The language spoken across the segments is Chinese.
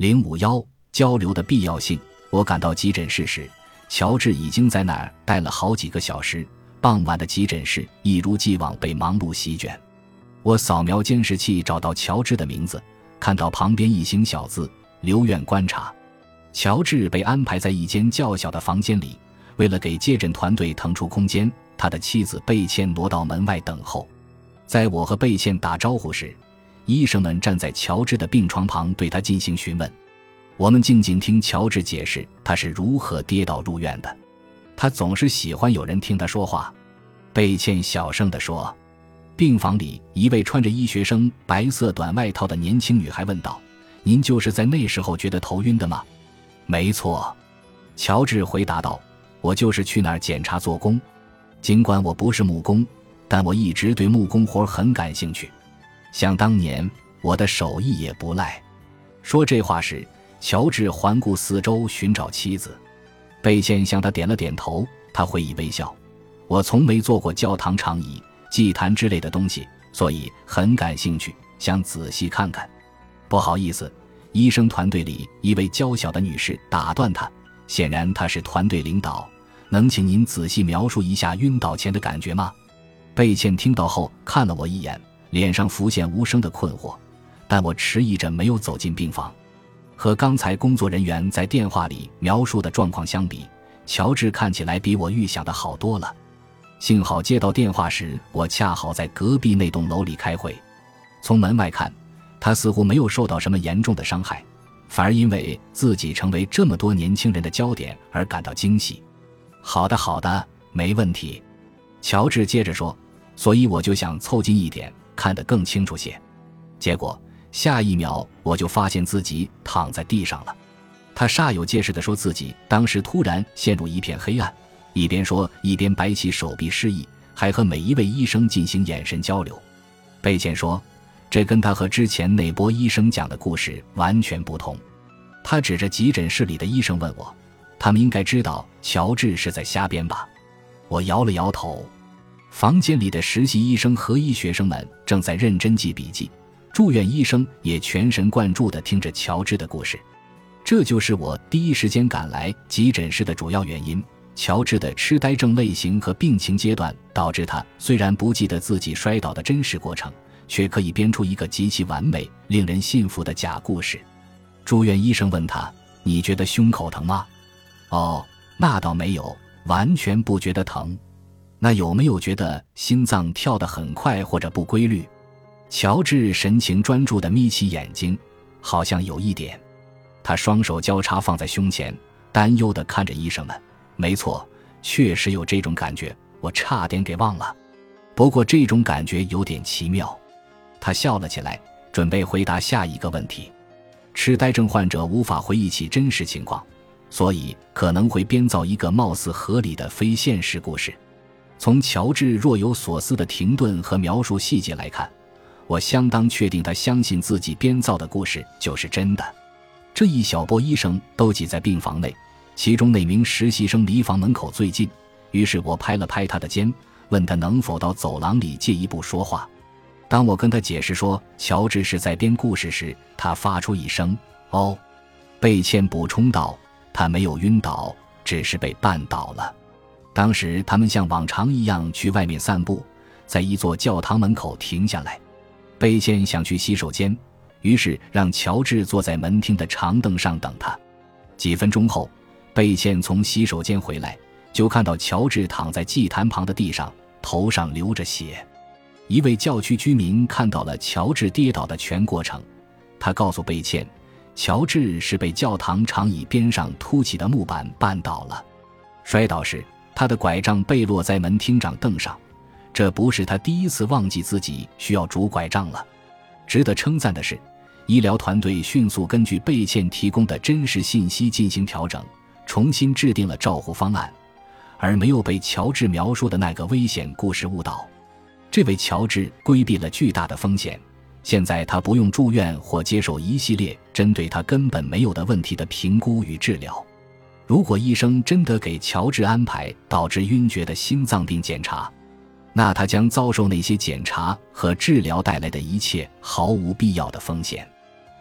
051交流的必要性。我赶到急诊室时，乔治已经在那儿待了好几个小时。傍晚的急诊室一如既往被忙碌席卷。我扫描监视器找到乔治的名字，看到旁边一行小字：留院观察。乔治被安排在一间较小的房间里，为了给接诊团队腾出空间，他的妻子贝茜挪到门外等候。在我和贝茜打招呼时，医生们站在乔治的病床旁对他进行询问。我们静静听乔治解释他是如何跌倒入院的。他总是喜欢有人听他说话。贝茜小声地说。病房里一位穿着医学生白色短外套的年轻女孩问道：您就是在那时候觉得头晕的吗？没错，乔治回答道，我就是去那儿检查做工。尽管我不是木工，但我一直对木工活很感兴趣。想当年我的手艺也不赖。说这话时，乔治环顾四周寻找妻子。贝茜向他点了点头，他会意微笑。我从没做过教堂长椅、祭坛之类的东西，所以很感兴趣，想仔细看看。不好意思，医生团队里一位娇小的女士打断他，显然她是团队领导，能请您仔细描述一下晕倒前的感觉吗？贝茜听到后看了我一眼，脸上浮现无声的困惑，但我迟疑着没有走进病房。和刚才工作人员在电话里描述的状况相比，乔治看起来比我预想的好多了。幸好接到电话时，我恰好在隔壁那栋楼里开会。从门外看，他似乎没有受到什么严重的伤害，反而因为自己成为这么多年轻人的焦点而感到惊喜。好的好的，没问题，乔治接着说，所以我就想凑近一点，看得更清楚些。结果下一秒我就发现自己躺在地上了。他煞有介事地说自己当时突然陷入一片黑暗，一边说一边摆起手臂示意，还和每一位医生进行眼神交流。贝茜说，这跟他和之前那波医生讲的故事完全不同。他指着急诊室里的医生问我，他们应该知道乔治是在瞎编吧？我摇了摇头。房间里的实习医生和医学生们正在认真记笔记，住院医生也全神贯注地听着乔治的故事。这就是我第一时间赶来急诊室的主要原因。乔治的痴呆症类型和病情阶段导致他虽然不记得自己摔倒的真实过程，却可以编出一个极其完美、令人信服的假故事。住院医生问他，你觉得胸口疼吗？哦，那倒没有，完全不觉得疼。那有没有觉得心脏跳得很快或者不规律？乔治神情专注地眯起眼睛，好像有一点。他双手交叉放在胸前，担忧地看着医生们。没错，确实有这种感觉，我差点给忘了。不过这种感觉有点奇妙。他笑了起来，准备回答下一个问题。痴呆症患者无法回忆起真实情况，所以可能会编造一个貌似合理的非现实故事。从乔治若有所思的停顿和描述细节来看，我相当确定他相信自己编造的故事就是真的。这一小波医生都挤在病房内，其中那名实习生离房门口最近，于是我拍了拍他的肩，问他能否到走廊里借一步说话。当我跟他解释说乔治是在编故事时，他发出一声哦。贝茜补充道，他没有晕倒，只是被绊倒了。当时他们像往常一样去外面散步，在一座教堂门口停下来。贝茜想去洗手间，于是让乔治坐在门厅的长凳上等他。几分钟后，贝茜从洗手间回来，就看到乔治躺在祭坛旁的地上，头上流着血。一位教区居民看到了乔治跌倒的全过程，他告诉贝茜，乔治是被教堂长椅边上凸起的木板绊倒了。摔倒时，他的拐杖被落在门厅长凳上，这不是他第一次忘记自己需要拄拐杖了。值得称赞的是，医疗团队迅速根据贝茜提供的真实信息进行调整，重新制定了照护方案，而没有被乔治描述的那个危险故事误导。这位乔治规避了巨大的风险，现在他不用住院或接受一系列针对他根本没有的问题的评估与治疗。如果医生真的给乔治安排导致晕厥的心脏病检查，那他将遭受那些检查和治疗带来的一切毫无必要的风险。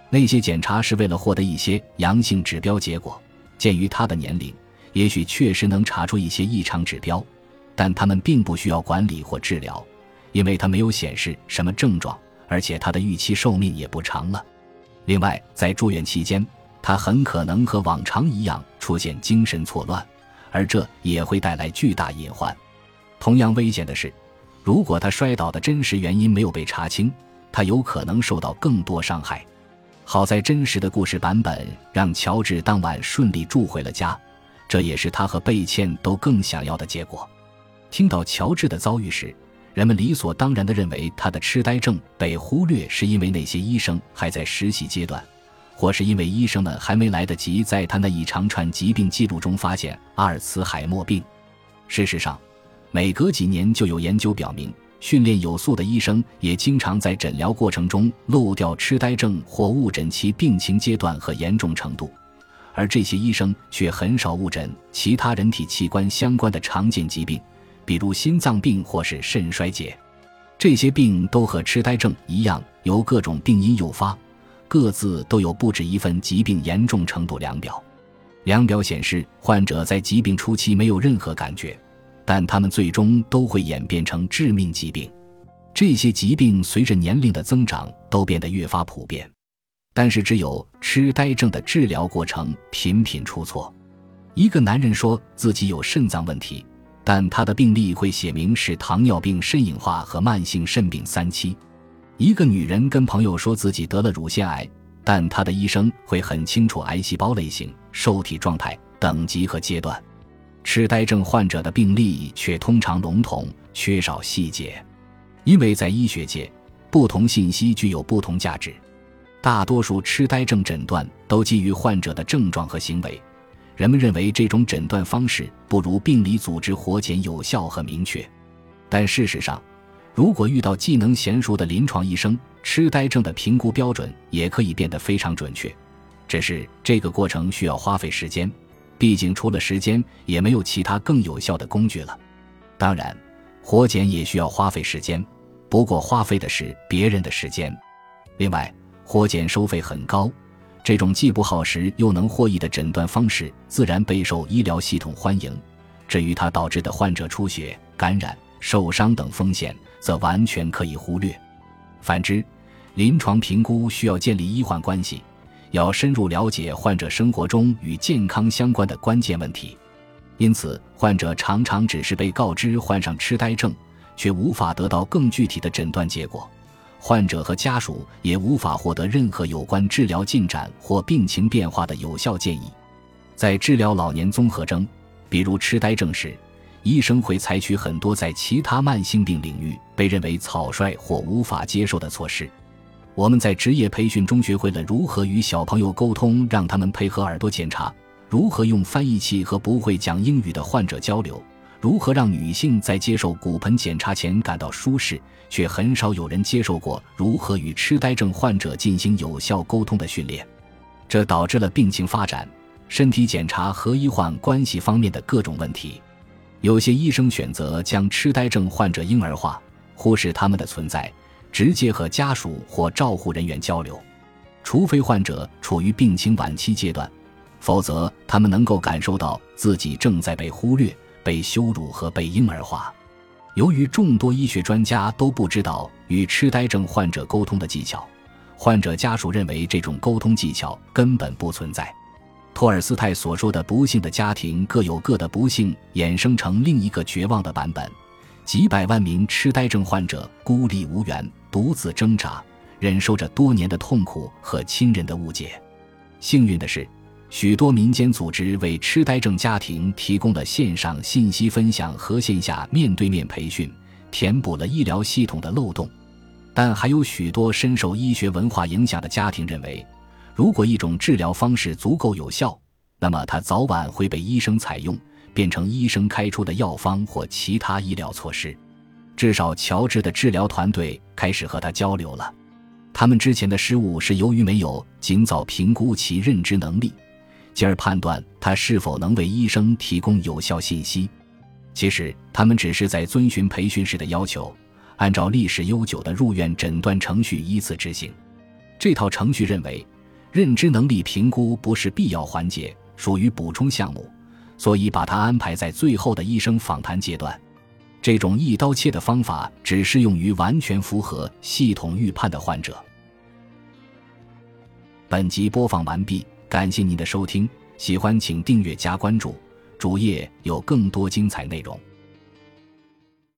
那些检查是为了获得一些阳性指标结果，鉴于他的年龄，也许确实能查出一些异常指标，但他们并不需要管理或治疗，因为他没有显示什么症状，而且他的预期寿命也不长了。另外，在住院期间，他很可能和往常一样出现精神错乱，而这也会带来巨大隐患。同样危险的是，如果他摔倒的真实原因没有被查清，他有可能受到更多伤害。好在真实的故事版本让乔治当晚顺利住回了家，这也是他和贝茜都更想要的结果。听到乔治的遭遇时，人们理所当然地认为他的痴呆症被忽略是因为那些医生还在实习阶段，或是因为医生们还没来得及在他那一长串疾病记录中发现阿尔茨海默病。事实上，每隔几年就有研究表明，训练有素的医生也经常在诊疗过程中漏掉痴呆症或误诊其病情阶段和严重程度，而这些医生却很少误诊其他人体器官相关的常见疾病，比如心脏病或是肾衰竭。这些病都和痴呆症一样，由各种病因诱发，各自都有不止一份疾病严重程度量表。量表显示患者在疾病初期没有任何感觉，但他们最终都会演变成致命疾病。这些疾病随着年龄的增长都变得越发普遍，但是只有痴呆症的治疗过程频频出错。一个男人说自己有肾脏问题，但他的病历会写明是糖尿病肾硬化和慢性肾病3期。一个女人跟朋友说自己得了乳腺癌，但她的医生会很清楚癌细胞类型、受体状态、等级和阶段。痴呆症患者的病历却通常笼统，缺少细节，因为在医学界，不同信息具有不同价值。大多数痴呆症诊断都基于患者的症状和行为，人们认为这种诊断方式不如病理组织活检有效和明确。但事实上，如果遇到技能娴熟的临床医生，痴呆症的评估标准也可以变得非常准确，只是这个过程需要花费时间，毕竟除了时间也没有其他更有效的工具了。当然，活检也需要花费时间，不过花费的是别人的时间。另外，活检收费很高，这种既不耗时又能获益的诊断方式自然备受医疗系统欢迎，至于它导致的患者出血、感染、受伤等风险则完全可以忽略。反之，临床评估需要建立医患关系，要深入了解患者生活中与健康相关的关键问题。因此，患者常常只是被告知患上痴呆症，却无法得到更具体的诊断结果。患者和家属也无法获得任何有关治疗进展或病情变化的有效建议。在治疗老年综合征，比如痴呆症时，医生会采取很多在其他慢性病领域被认为草率或无法接受的措施。我们在职业培训中学会了如何与小朋友沟通，让他们配合耳朵检查，如何用翻译器和不会讲英语的患者交流，如何让女性在接受骨盆检查前感到舒适，却很少有人接受过如何与痴呆症患者进行有效沟通的训练。这导致了病情发展、身体检查和医患关系方面的各种问题。有些医生选择将痴呆症患者婴儿化，忽视他们的存在，直接和家属或照护人员交流。除非患者处于病情晚期阶段，否则他们能够感受到自己正在被忽略、被羞辱和被婴儿化。由于众多医学专家都不知道与痴呆症患者沟通的技巧，患者家属认为这种沟通技巧根本不存在。托尔斯泰所说的不幸的家庭各有各的不幸衍生成另一个绝望的版本，几百万名痴呆症患者孤立无援，独自挣扎，忍受着多年的痛苦和亲人的误解。幸运的是，许多民间组织为痴呆症家庭提供了线上信息分享和线下面对面培训，填补了医疗系统的漏洞。但还有许多深受医学文化影响的家庭认为，如果一种治疗方式足够有效，那么它早晚会被医生采用，变成医生开出的药方或其他医疗措施。至少乔治的治疗团队开始和他交流了。他们之前的失误是由于没有尽早评估其认知能力，进而判断他是否能为医生提供有效信息。其实他们只是在遵循培训时的要求，按照历史悠久的入院诊断程序依次执行。这套程序认为， 认知能力评估不是必要环节，属于补充项目，所以把它安排在最后的医生访谈阶段。这种一刀切的方法只适用于完全符合系统预判的患者。本集播放完毕，感谢您的收听，喜欢请订阅加关注，主页有更多精彩内容。